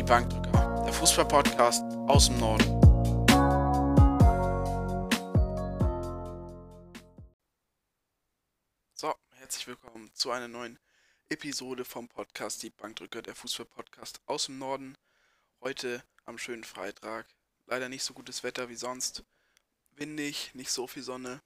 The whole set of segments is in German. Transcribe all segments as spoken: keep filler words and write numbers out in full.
Bankdrücker, der Fußball-Podcast aus dem Norden. So, herzlich willkommen zu einer neuen Episode vom Podcast Die Bankdrücker, der Fußball-Podcast aus dem Norden. Heute am schönen Freitag. Leider nicht so gutes Wetter wie sonst. Windig, nicht so viel Sonne.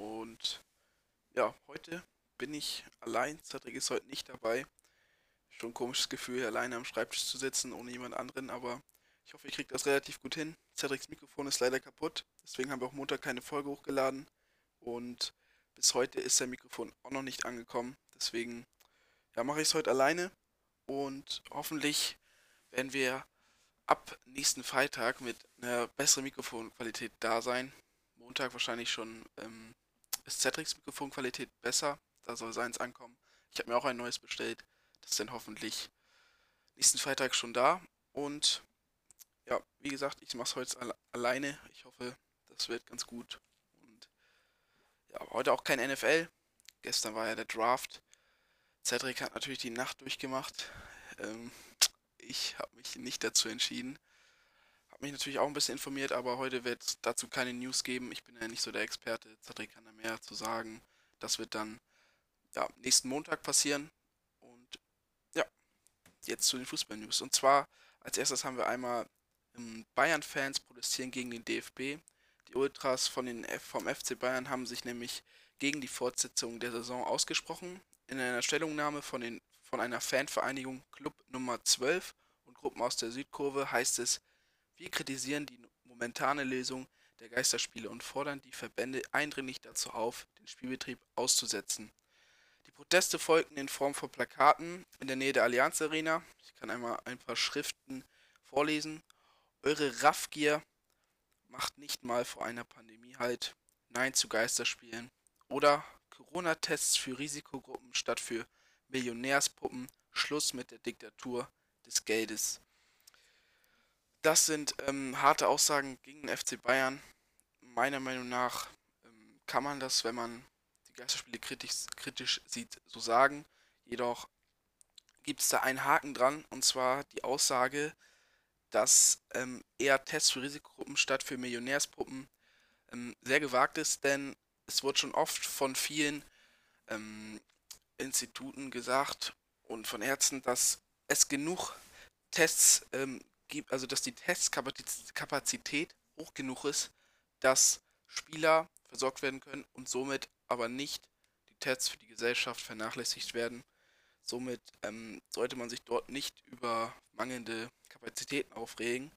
Und ja, heute bin ich allein. Cedric ist heute nicht dabei. Schon ein komisches Gefühl, hier alleine am Schreibtisch zu sitzen, ohne jemand anderen, aber ich hoffe, ich kriege das relativ gut hin. Cedrics Mikrofon ist leider kaputt, deswegen haben wir auch Montag keine Folge hochgeladen und bis heute ist sein Mikrofon auch noch nicht angekommen. Deswegen ja, mache ich es heute alleine und hoffentlich werden wir ab nächsten Freitag mit einer besseren Mikrofonqualität da sein. Montag wahrscheinlich schon ähm, ist Cedrics Mikrofonqualität besser, da soll seins ankommen. Ich habe mir auch ein neues bestellt. Das ist dann hoffentlich nächsten Freitag schon da. Und ja, wie gesagt, ich mache es heute alle alleine. Ich hoffe, das wird ganz gut. Und ja, heute auch kein N F L. Gestern war ja der Draft. Cedric hat natürlich die Nacht durchgemacht. Ähm, ich habe mich nicht dazu entschieden. Habe mich natürlich auch ein bisschen informiert, aber heute wird es dazu keine News geben. Ich bin ja nicht so der Experte. Cedric kann da mehr zu sagen. Das wird dann ja, nächsten Montag passieren. Und ja, jetzt zu den Fußball-News. Und zwar, als erstes haben wir einmal ähm, Bayern-Fans protestieren gegen den D F B. Die Ultras von den F vom F C Bayern haben sich nämlich gegen die Fortsetzung der Saison ausgesprochen. In einer Stellungnahme von, den, von einer Fanvereinigung Club Nummer zwölf und Gruppen aus der Südkurve heißt es: Wir kritisieren die momentane Lösung der Geisterspiele und fordern die Verbände eindringlich dazu auf, den Spielbetrieb auszusetzen. Die Proteste folgten in Form von Plakaten in der Nähe der Allianz Arena. Ich kann einmal ein paar Schriften vorlesen. Eure Raffgier macht nicht mal vor einer Pandemie halt. Nein zu Geisterspielen. Oder Corona-Tests für Risikogruppen statt für Millionärspuppen. Schluss mit der Diktatur des Geldes. Das sind ähm, harte Aussagen gegen den F C Bayern. Meiner Meinung nach ähm, kann man das, wenn man die Geisterspiele kritisch, kritisch sieht, so sagen. Jedoch gibt es da einen Haken dran, und zwar die Aussage, dass ähm, eher Tests für Risikogruppen statt für Millionärspuppen ähm, sehr gewagt ist, denn es wurde schon oft von vielen ähm, Instituten gesagt und von Ärzten, dass es genug Tests ähm, gibt, also dass die Testkapazität hoch genug ist, dass Spieler versorgt werden können und somit aber nicht die Tests für die Gesellschaft vernachlässigt werden. Somit ähm, sollte man sich dort nicht über mangelnde Kapazitäten aufregen.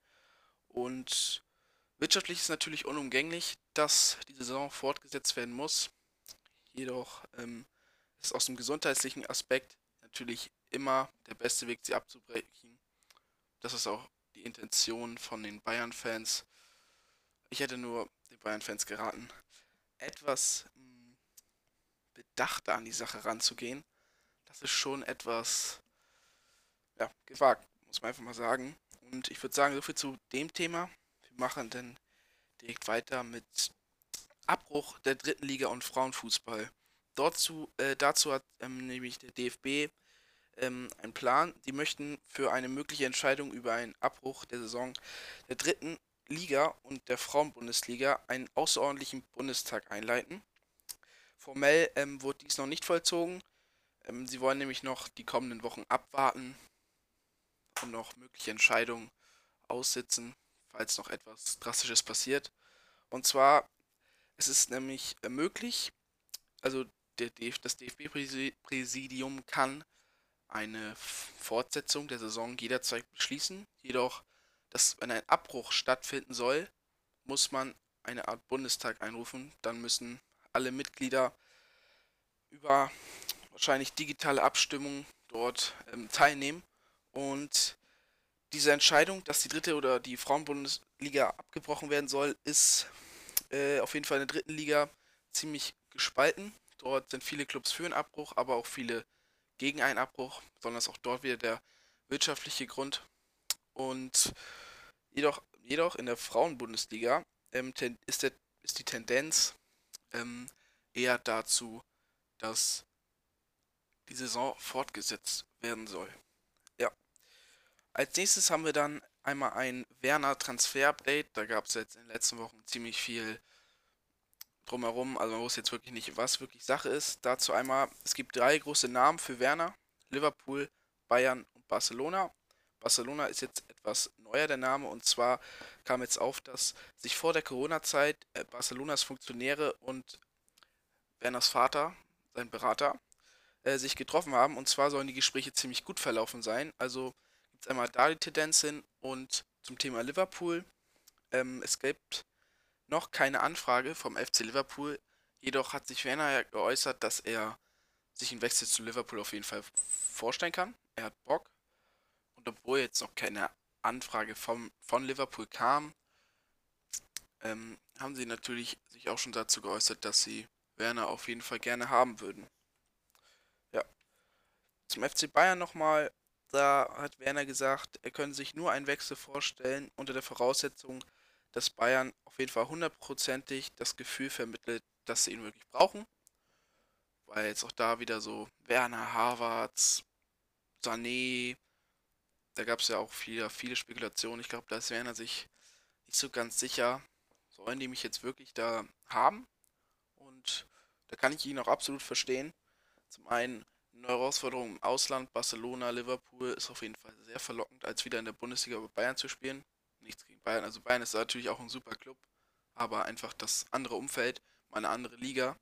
Und wirtschaftlich ist natürlich unumgänglich, dass die Saison fortgesetzt werden muss. Jedoch ähm, ist aus dem gesundheitlichen Aspekt natürlich immer der beste Weg, sie abzubrechen. Das ist auch die Intention von den Bayern-Fans. Ich hätte nur den Bayern-Fans geraten, etwas mh, bedachter an die Sache ranzugehen. Das ist schon etwas, ja, gewagt, muss man einfach mal sagen. Und ich würde sagen, so viel zu dem Thema. Wir machen dann direkt weiter mit Abbruch der dritten Liga und Frauenfußball. Dazu, äh, dazu hat ähm, nämlich der D F B ähm, einen Plan. Die möchten für eine mögliche Entscheidung über einen Abbruch der Saison der dritten Liga und der Frauenbundesliga einen außerordentlichen Bundestag einleiten. Formell ähm, wurde dies noch nicht vollzogen. Ähm, sie wollen nämlich noch die kommenden Wochen abwarten und noch mögliche Entscheidungen aussitzen, falls noch etwas Drastisches passiert. Und zwar, es ist nämlich äh, möglich, also der D F, das D F B-Präsidium kann eine Fortsetzung der Saison jederzeit beschließen. Jedoch, dass, wenn ein Abbruch stattfinden soll, muss man eine Art Bundestag einrufen. Dann müssen alle Mitglieder über wahrscheinlich digitale Abstimmung dort ähm, teilnehmen. Und diese Entscheidung, dass die dritte oder die Frauenbundesliga abgebrochen werden soll, ist äh, auf jeden Fall in der dritten Liga ziemlich gespalten. Dort sind viele Clubs für einen Abbruch, aber auch viele gegen einen Abbruch, besonders auch dort wieder der wirtschaftliche Grund. Und jedoch, jedoch in der Frauenbundesliga ähm, ten, ist, der, ist die Tendenz ähm, eher dazu, dass die Saison fortgesetzt werden soll. Ja, Als nächstes haben wir dann einmal ein Werner Transfer-Update. Da gab es jetzt in den letzten Wochen ziemlich viel drumherum. Also man wusste jetzt wirklich nicht, was wirklich Sache ist. Dazu einmal, es gibt drei große Namen für Werner. Liverpool, Bayern und Barcelona. Barcelona ist jetzt etwas neuer der Name, und zwar kam jetzt auf, dass sich vor der Corona-Zeit äh, Barcelonas Funktionäre und Werners Vater, sein Berater, äh, sich getroffen haben. Und zwar sollen die Gespräche ziemlich gut verlaufen sein. Also gibt es einmal da die Tendenz hin, und zum Thema Liverpool. Ähm, es gibt noch keine Anfrage vom F C Liverpool. Jedoch hat sich Werner ja geäußert, dass er sich einen Wechsel zu Liverpool auf jeden Fall vorstellen kann. Er hat Bock. Und obwohl jetzt noch keine Anfrage vom, von Liverpool kam, ähm, haben sie natürlich sich auch schon dazu geäußert, dass sie Werner auf jeden Fall gerne haben würden. Ja, zum F C Bayern nochmal. Da hat Werner gesagt, er könne sich nur einen Wechsel vorstellen unter der Voraussetzung, dass Bayern auf jeden Fall hundertprozentig das Gefühl vermittelt, dass sie ihn wirklich brauchen. Weil jetzt auch da wieder so Werner, Havertz, Sané, da gab es ja auch viele, viele Spekulationen. Ich glaube, da ist Werner sich nicht so ganz sicher, sollen die mich jetzt wirklich da haben? Und da kann ich ihn auch absolut verstehen. Zum einen eine Herausforderung im Ausland, Barcelona, Liverpool ist auf jeden Fall sehr verlockend, als wieder in der Bundesliga bei Bayern zu spielen. Nichts gegen Bayern, also Bayern ist natürlich auch ein super Club, aber einfach das andere Umfeld, mal eine andere Liga,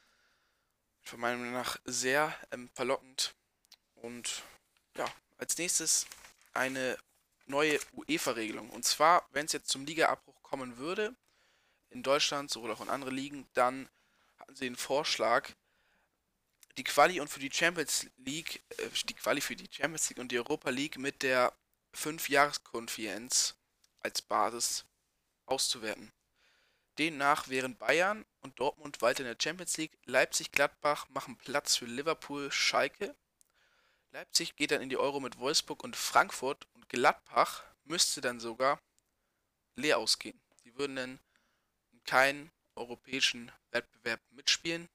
für meiner Meinung nach sehr ähm, verlockend. Und ja, als nächstes eine neue UEFA-Regelung. Und zwar, wenn es jetzt zum Ligaabbruch kommen würde, in Deutschland, sowohl auch in anderen Ligen, dann hatten sie den Vorschlag, die Quali und für die Champions League, äh, die Quali für die Champions League und die Europa League mit der fünf-Jahres-Konferenz als Basis auszuwerten. Demnach wären Bayern und Dortmund weiter in der Champions League, Leipzig, Gladbach machen Platz für Liverpool, Schalke. Leipzig geht dann in die Euro mit Wolfsburg und Frankfurt, und Gladbach müsste dann sogar leer ausgehen. Sie würden dann in keinen europäischen Wettbewerb mitspielen.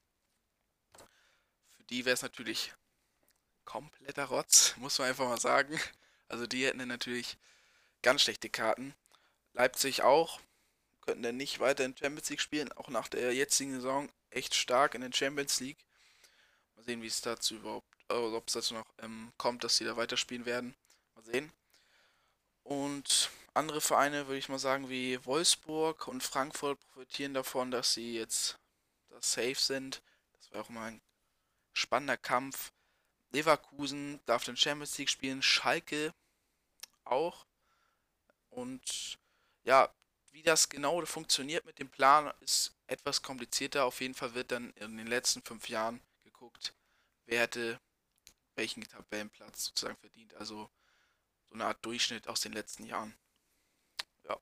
Für die wäre es natürlich kompletter Rotz, muss man einfach mal sagen. Also die hätten dann natürlich ganz schlechte Karten. Leipzig auch, könnten dann nicht weiter in Champions League spielen, auch nach der jetzigen Saison echt stark in der Champions League. Mal sehen, wie es dazu überhaupt, also ob es dazu noch ähm, kommt, dass sie da weiterspielen werden. Mal sehen. Und andere Vereine, würde ich mal sagen, wie Wolfsburg und Frankfurt profitieren davon, dass sie jetzt da safe sind. Das wäre auch mal ein spannender Kampf. Leverkusen darf den Champions League spielen, Schalke auch. Und ja, wie das genau funktioniert mit dem Plan, ist etwas komplizierter. Auf jeden Fall wird dann in den letzten fünf Jahren geguckt, wer hätte welchen Tabellenplatz sozusagen verdient. Also so eine Art Durchschnitt aus den letzten Jahren. Ja.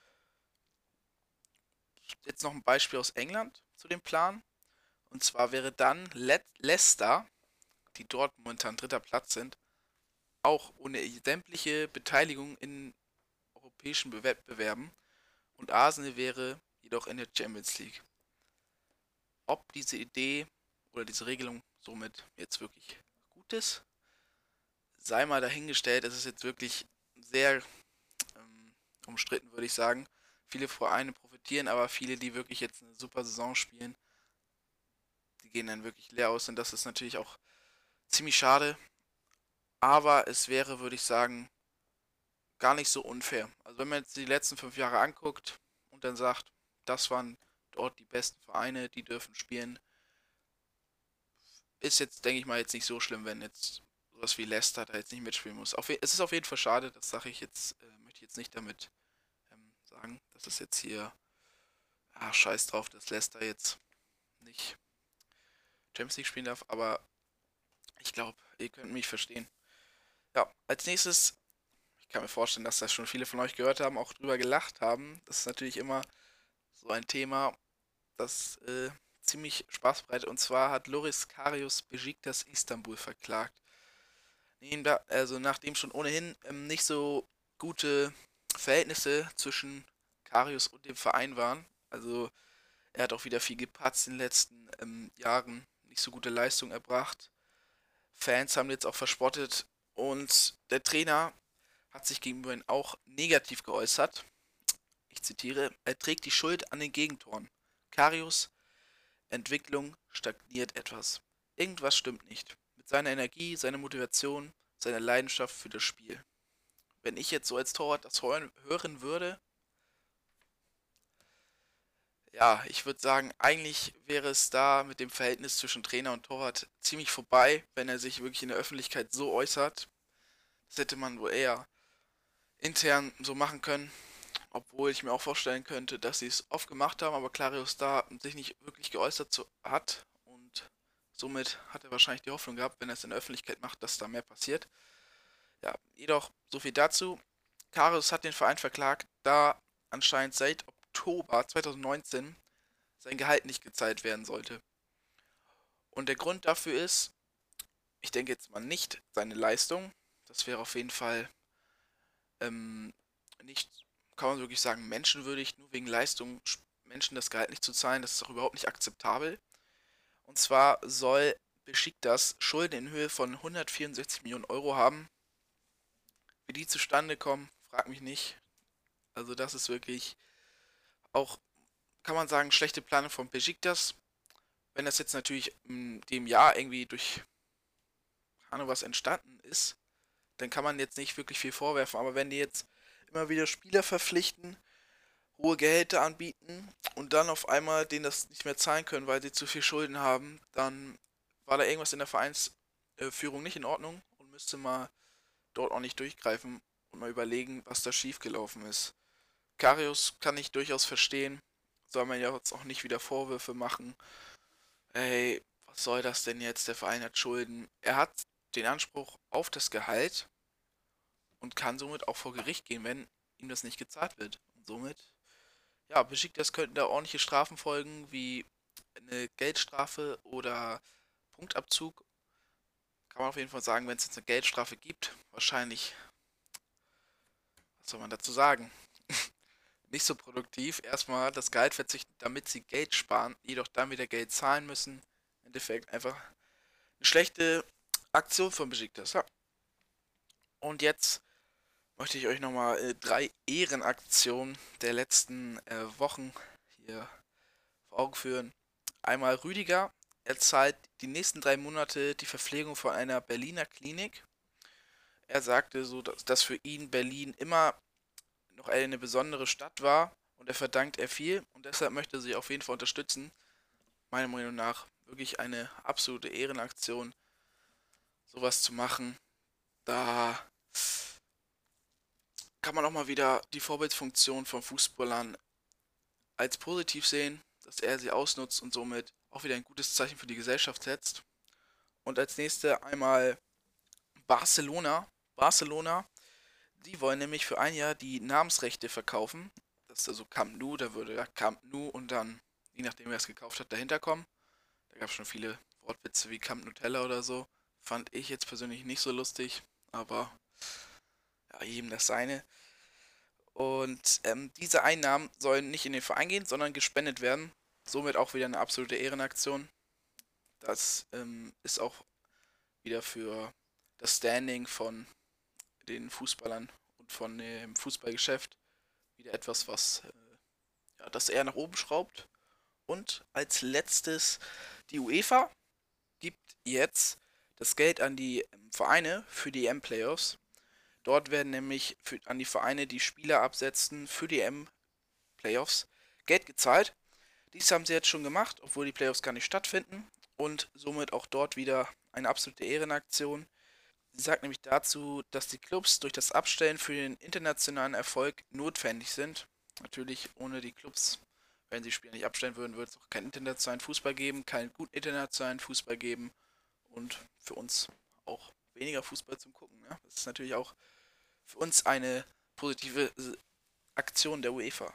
Jetzt noch ein Beispiel aus England zu dem Plan. Und zwar wäre dann Le Leicester, die dort momentan dritter Platz sind, auch ohne sämtliche Beteiligung in europäischen Wettbewerben, und Arsenal wäre jedoch in der Champions League. Ob diese Idee oder diese Regelung somit jetzt wirklich gut ist, sei mal dahingestellt. Es ist jetzt wirklich sehr ähm, umstritten, würde ich sagen. Viele Vereine profitieren, aber viele, die wirklich jetzt eine super Saison spielen, die gehen dann wirklich leer aus, und das ist natürlich auch ziemlich schade. Aber es wäre, würde ich sagen, gar nicht so unfair. Also wenn man jetzt die letzten fünf Jahre anguckt und dann sagt, das waren dort die besten Vereine, die dürfen spielen, ist jetzt, denke ich mal, jetzt nicht so schlimm, wenn jetzt sowas wie Leicester da jetzt nicht mitspielen muss. Auf, es ist auf jeden Fall schade, das sage ich jetzt, äh, möchte ich jetzt nicht damit ähm, sagen, dass es jetzt hier, ah, scheiß drauf, dass Leicester jetzt nicht Champions League spielen darf, aber ich glaube, ihr könnt mich verstehen. Ja, als nächstes, ich kann mir vorstellen, dass das schon viele von euch gehört haben, auch drüber gelacht haben. Das ist natürlich immer so ein Thema, das äh, ziemlich Spaß bereitet. Und zwar hat Loris Karius Besiktas Istanbul verklagt. Also nachdem schon ohnehin ähm, nicht so gute Verhältnisse zwischen Karius und dem Verein waren. Also er hat auch wieder viel gepatzt in den letzten ähm, Jahren, nicht so gute Leistung erbracht. Fans haben jetzt auch verspottet, und der Trainer hat sich gegenüber ihm auch negativ geäußert. Ich zitiere: Er trägt die Schuld an den Gegentoren. Karius Entwicklung stagniert etwas. Irgendwas stimmt nicht. Mit seiner Energie, seiner Motivation, seiner Leidenschaft für das Spiel. Wenn ich jetzt so als Torwart das hören, hören würde, ja, ich würde sagen, eigentlich wäre es da mit dem Verhältnis zwischen Trainer und Torwart ziemlich vorbei, wenn er sich wirklich in der Öffentlichkeit so äußert. Das hätte man wohl eher intern so machen können, obwohl ich mir auch vorstellen könnte, dass sie es oft gemacht haben, aber Clarius da sich nicht wirklich geäußert so hat und somit hat er wahrscheinlich die Hoffnung gehabt, wenn er es in der Öffentlichkeit macht, dass da mehr passiert. Ja, jedoch so viel dazu. Karius hat den Verein verklagt, da anscheinend seit Oktober zweitausendneunzehn sein Gehalt nicht gezahlt werden sollte. Und der Grund dafür ist, ich denke jetzt mal nicht seine Leistung. Das wäre auf jeden Fall ähm, nicht, kann man wirklich sagen, menschenwürdig, nur wegen Leistung Menschen das Gehalt nicht zu zahlen. Das ist auch überhaupt nicht akzeptabel. Und zwar soll Besiktas Schulden in Höhe von hundertvierundsechzig Millionen Euro haben. Wie die zustande kommen, frag mich nicht. Also das ist wirklich auch, kann man sagen, schlechte Planung von Besiktas. Wenn das jetzt natürlich in dem Jahr irgendwie durch Ahnung was entstanden ist, dann kann man jetzt nicht wirklich viel vorwerfen. Aber wenn die jetzt immer wieder Spieler verpflichten, hohe Gehälter anbieten und dann auf einmal denen das nicht mehr zahlen können, weil sie zu viel Schulden haben, dann war da irgendwas in der Vereinsführung nicht in Ordnung und müsste mal dort auch nicht durchgreifen und mal überlegen, was da schiefgelaufen ist. Karius kann ich durchaus verstehen, soll man ja jetzt auch nicht wieder Vorwürfe machen. Ey, was soll das denn jetzt? Der Verein hat Schulden. Er hat den Anspruch auf das Gehalt und kann somit auch vor Gericht gehen, wenn ihm das nicht gezahlt wird. Und somit, ja, Besiktas könnten da ordentliche Strafen folgen, wie eine Geldstrafe oder Punktabzug. Kann man auf jeden Fall sagen, wenn es jetzt eine Geldstrafe gibt, wahrscheinlich, was soll man dazu sagen? Nicht so produktiv. Erstmal das Gehalt verzichten, damit sie Geld sparen, jedoch dann wieder Geld zahlen müssen. Im Endeffekt einfach eine schlechte Aktion von Besiktas. Ja. Und jetzt möchte ich euch nochmal äh, drei Ehrenaktionen der letzten äh, Wochen hier vor Augen führen. Einmal Rüdiger. Er zahlt die nächsten drei Monate die Verpflegung von einer Berliner Klinik. Er sagte so, dass, dass für ihn Berlin immer noch eine besondere Stadt war und er verdankt er viel und deshalb möchte er sie auf jeden Fall unterstützen. Meiner Meinung nach wirklich eine absolute Ehrenaktion, sowas zu machen. Da kann man auch mal wieder die Vorbildsfunktion von Fußballern als positiv sehen, dass er sie ausnutzt und somit auch wieder ein gutes Zeichen für die Gesellschaft setzt. Und als nächste einmal Barcelona. Barcelona, die wollen nämlich für ein Jahr die Namensrechte verkaufen. Das ist also Camp Nou, da würde ja Camp Nou und dann, je nachdem wer es gekauft hat, dahinter kommen. Da gab es schon viele Wortwitze wie Camp Nutella oder so. Fand ich jetzt persönlich nicht so lustig, aber ja, jedem das seine. Und ähm, diese Einnahmen sollen nicht in den Verein gehen, sondern gespendet werden. Somit auch wieder eine absolute Ehrenaktion. Das ähm, ist auch wieder für das Standing von den Fußballern und von dem Fußballgeschäft wieder etwas, was äh, ja, das eher nach oben schraubt. Und als letztes, die UEFA gibt jetzt das Geld an die ähm, Vereine für die E M-Playoffs. Dort werden nämlich für, an die Vereine, die Spieler absetzen für die E M-Playoffs, Geld gezahlt. Dies haben sie jetzt schon gemacht, obwohl die Playoffs gar nicht stattfinden. Und somit auch dort wieder eine absolute Ehrenaktion. Sie sagt nämlich dazu, dass die Clubs durch das Abstellen für den internationalen Erfolg notwendig sind. Natürlich ohne die Clubs, wenn sie Spieler nicht abstellen würden, würde es auch keinen internationalen Fußball geben, keinen guten internationalen Fußball geben und für uns auch weniger Fußball zum Gucken. Ne? Das ist natürlich auch für uns eine positive Aktion der UEFA.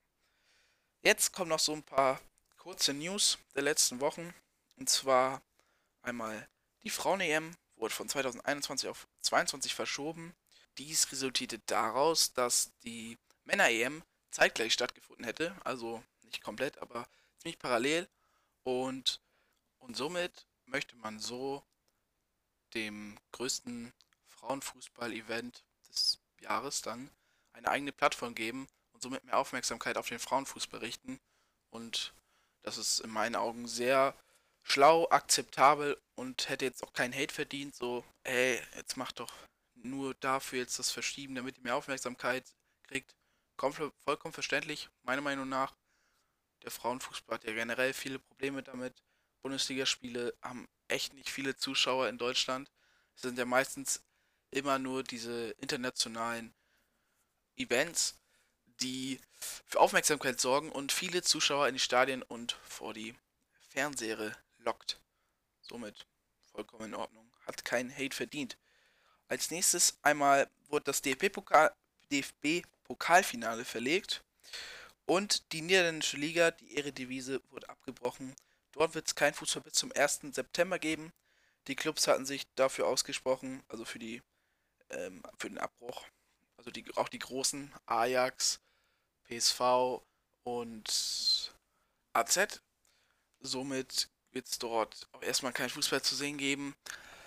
Jetzt kommen noch so ein paar kurze News der letzten Wochen. Und zwar einmal die Frauen-E M wurde von zweitausendeinundzwanzig auf zweiundzwanzig verschoben. Dies resultierte daraus, dass die Männer-E M zeitgleich stattgefunden hätte. Also nicht komplett, aber ziemlich parallel. Und, und somit möchte man so dem größten Frauenfußball-Event des Jahres dann eine eigene Plattform geben und somit mehr Aufmerksamkeit auf den Frauenfußball richten. Und das ist in meinen Augen sehr schlau, akzeptabel und hätte jetzt auch keinen Hate verdient. So, ey, jetzt macht doch nur dafür jetzt das Verschieben, damit ihr mehr Aufmerksamkeit kriegt. Komplett, vollkommen verständlich, meiner Meinung nach. Der Frauenfußball hat ja generell viele Probleme damit. Bundesligaspiele haben echt nicht viele Zuschauer in Deutschland. Es sind ja meistens immer nur diese internationalen Events, die für Aufmerksamkeit sorgen und viele Zuschauer in die Stadien und vor die Fernseher lockt. Somit vollkommen in Ordnung. Hat keinen Hate verdient. Als nächstes einmal wurde das D F B-Pokal, D F B-Pokalfinale verlegt und die niederländische Liga, die Eredivisie, wurde abgebrochen. Dort wird es kein Fußball bis zum ersten September geben. Die Clubs hatten sich dafür ausgesprochen, also für die ähm, für den Abbruch. Also die, auch die großen Ajax, P S V und A Z. Somit wird es dort auch erstmal kein Fußball zu sehen geben.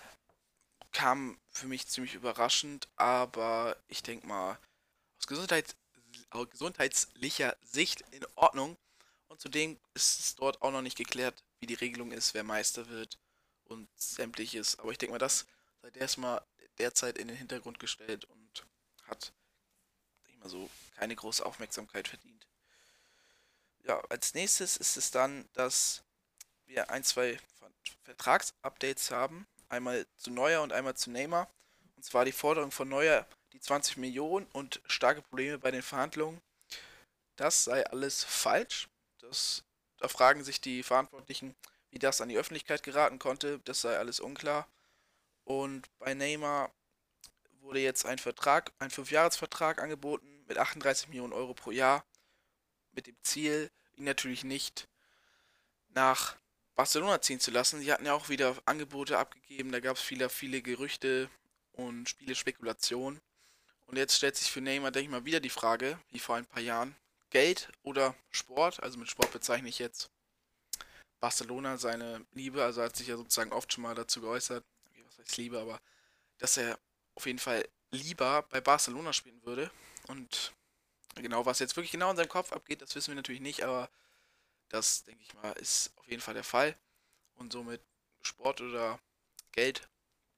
Kam für mich ziemlich überraschend, aber ich denke mal, aus, Gesundheits aus gesundheitlicher Sicht in Ordnung. Und zudem ist es dort auch noch nicht geklärt, wie die Regelung ist, wer Meister wird und sämtliches. Aber ich denke mal, das sei erstmal derzeit in den Hintergrund gestellt und hat, denke ich mal so, keine große Aufmerksamkeit verdient. Ja, als nächstes ist es dann, dass wir ein, zwei Vertragsupdates haben. Einmal zu Neuer und einmal zu Neymar. Und zwar die Forderung von Neuer, die zwanzig Millionen und starke Probleme bei den Verhandlungen. Das sei alles falsch. Das, da fragen sich die Verantwortlichen, wie das an die Öffentlichkeit geraten konnte. Das sei alles unklar. Und bei Neymar wurde jetzt ein Vertrag, ein Fünfjahresvertrag angeboten mit achtunddreißig Millionen Euro pro Jahr. Mit dem Ziel, ihn natürlich nicht nach Barcelona ziehen zu lassen. Sie hatten ja auch wieder Angebote abgegeben, da gab es viele, viele Gerüchte und viele Spekulationen. Und jetzt stellt sich für Neymar, denke ich mal, wieder die Frage, wie vor ein paar Jahren, Geld oder Sport? Also mit Sport bezeichne ich jetzt Barcelona, seine Liebe, also er hat sich ja sozusagen oft schon mal dazu geäußert, okay, was heißt Liebe, aber dass er auf jeden Fall lieber bei Barcelona spielen würde. Und genau, was jetzt wirklich genau in seinem Kopf abgeht, das wissen wir natürlich nicht, aber das, denke ich mal, ist auf jeden Fall der Fall. Und somit Sport oder Geld.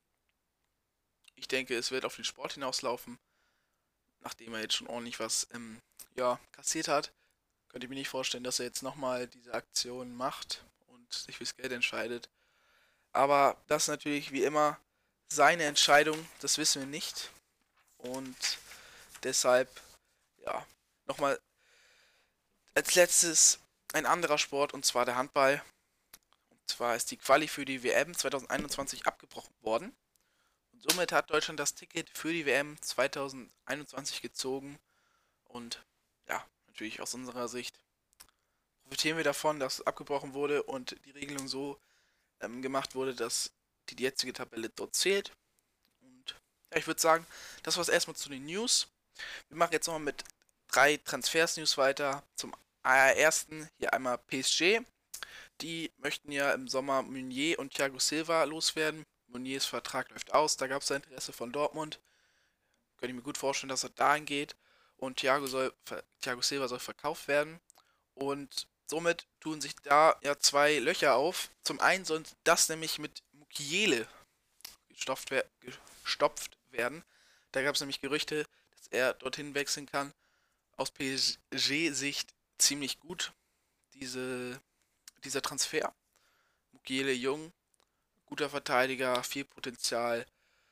Ich denke, es wird auf den Sport hinauslaufen. Nachdem er jetzt schon ordentlich was ähm, ja, kassiert hat, könnte ich mir nicht vorstellen, dass er jetzt nochmal diese Aktion macht und sich fürs Geld entscheidet. Aber das ist natürlich wie immer seine Entscheidung, das wissen wir nicht. Und deshalb, ja, nochmal als letztes ein anderer Sport, und zwar der Handball. Und zwar ist die Quali für die W M zwanzig einundzwanzig abgebrochen worden. Und somit hat Deutschland das Ticket für die W M zwanzig einundzwanzig gezogen. Und ja, natürlich aus unserer Sicht profitieren wir davon, dass abgebrochen wurde und die Regelung so ähm, gemacht wurde, dass die jetzige Tabelle dort zählt. Und ja, ich würde sagen, das war es erstmal zu den News. Wir machen jetzt nochmal mit drei Transfers-News weiter. Zum ersten hier einmal P S G. Die möchten ja im Sommer Meunier und Thiago Silva loswerden. Meuniers Vertrag läuft aus, da gab es ein Interesse von Dortmund. Könnte ich mir gut vorstellen, dass er dahin geht. Und Thiago, soll, Thiago Silva soll verkauft werden. Und somit tun sich da ja zwei Löcher auf. Zum einen soll das nämlich mit Mukiele gestopft, wer gestopft werden. Da gab es nämlich Gerüchte, dass er dorthin wechseln kann. Aus P S G-Sicht ziemlich gut, diese, dieser Transfer. Mukiele jung, guter Verteidiger, viel Potenzial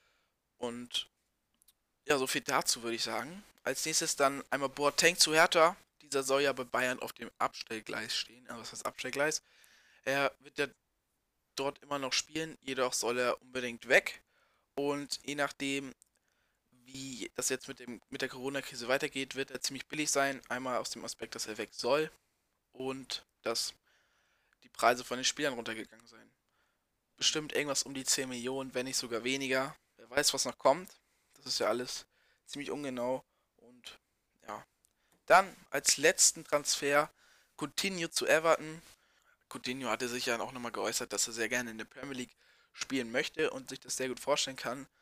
und ja, so viel dazu würde ich sagen. Als nächstes dann einmal Boateng zu Hertha. Dieser soll ja bei Bayern auf dem Abstellgleis stehen. Also was heißt Abstellgleis? Er wird ja dort immer noch spielen, jedoch soll er unbedingt weg. Und je nachdem, wie das jetzt mit, dem, mit der Corona-Krise weitergeht, wird er ziemlich billig sein. Einmal aus dem Aspekt, dass er weg soll und dass die Preise von den Spielern runtergegangen sind. Bestimmt irgendwas um die zehn Millionen, wenn nicht sogar weniger. Wer weiß, was noch kommt. Das ist ja alles ziemlich ungenau. Und ja. Dann als letzten Transfer Coutinho zu Everton. Coutinho hatte sich ja auch nochmal geäußert, dass er sehr gerne in der Premier League spielen möchte und sich das sehr gut vorstellen kann.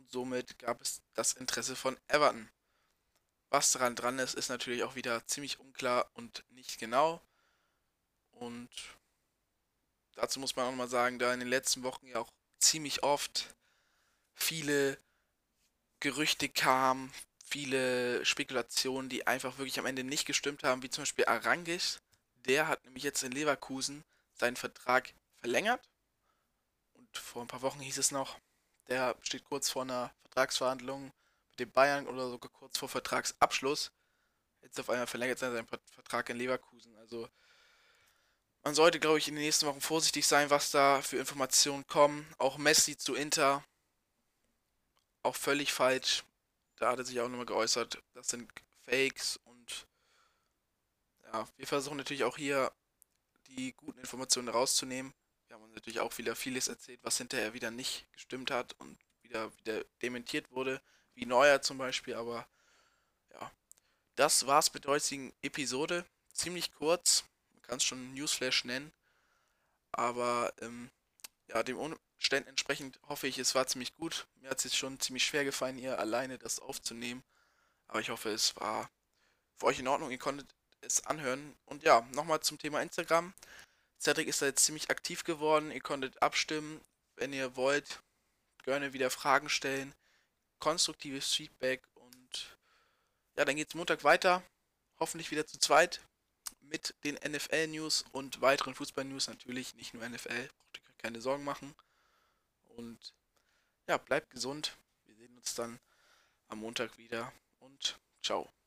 und somit gab es das Interesse von Everton. Was daran dran ist, ist natürlich auch wieder ziemlich unklar und nicht genau. Und dazu muss man auch mal sagen, da in den letzten Wochen ja auch ziemlich oft viele Gerüchte kamen, viele Spekulationen, die einfach wirklich am Ende nicht gestimmt haben, wie zum Beispiel Arangis. Der hat nämlich jetzt in Leverkusen seinen Vertrag verlängert. Und vor ein paar Wochen hieß es noch, der steht kurz vor einer Vertragsverhandlung mit den Bayern oder sogar kurz vor Vertragsabschluss. Jetzt auf einmal verlängert er seinen Vertrag in Leverkusen. Also man sollte, glaube ich, in den nächsten Wochen vorsichtig sein, was da für Informationen kommen. Auch Messi zu Inter, auch völlig falsch. Da hat er sich auch nochmal geäußert, das sind Fakes und ja, wir versuchen natürlich auch hier die guten Informationen rauszunehmen. Wir haben uns natürlich auch wieder vieles erzählt, was hinterher wieder nicht gestimmt hat und wieder, wieder dementiert wurde, wie Neuer zum Beispiel, aber ja, das war's mit der heutigen Episode. Ziemlich kurz, man kann es schon Newsflash nennen, aber ähm, ja, dem Umständen entsprechend hoffe ich, es war ziemlich gut. Mir hat es jetzt schon ziemlich schwer gefallen, hier alleine das aufzunehmen, aber ich hoffe, es war für euch in Ordnung, ihr konntet es anhören. Und ja, nochmal zum Thema Instagram. Cedric ist da jetzt ziemlich aktiv geworden, ihr konntet abstimmen, wenn ihr wollt, gerne wieder Fragen stellen, konstruktives Feedback und ja, dann geht's Montag weiter, hoffentlich wieder zu zweit mit den N F L-News und weiteren Fußball-News natürlich, nicht nur N F L, braucht ihr keine Sorgen machen. Und ja, bleibt gesund. Wir sehen uns dann am Montag wieder und ciao.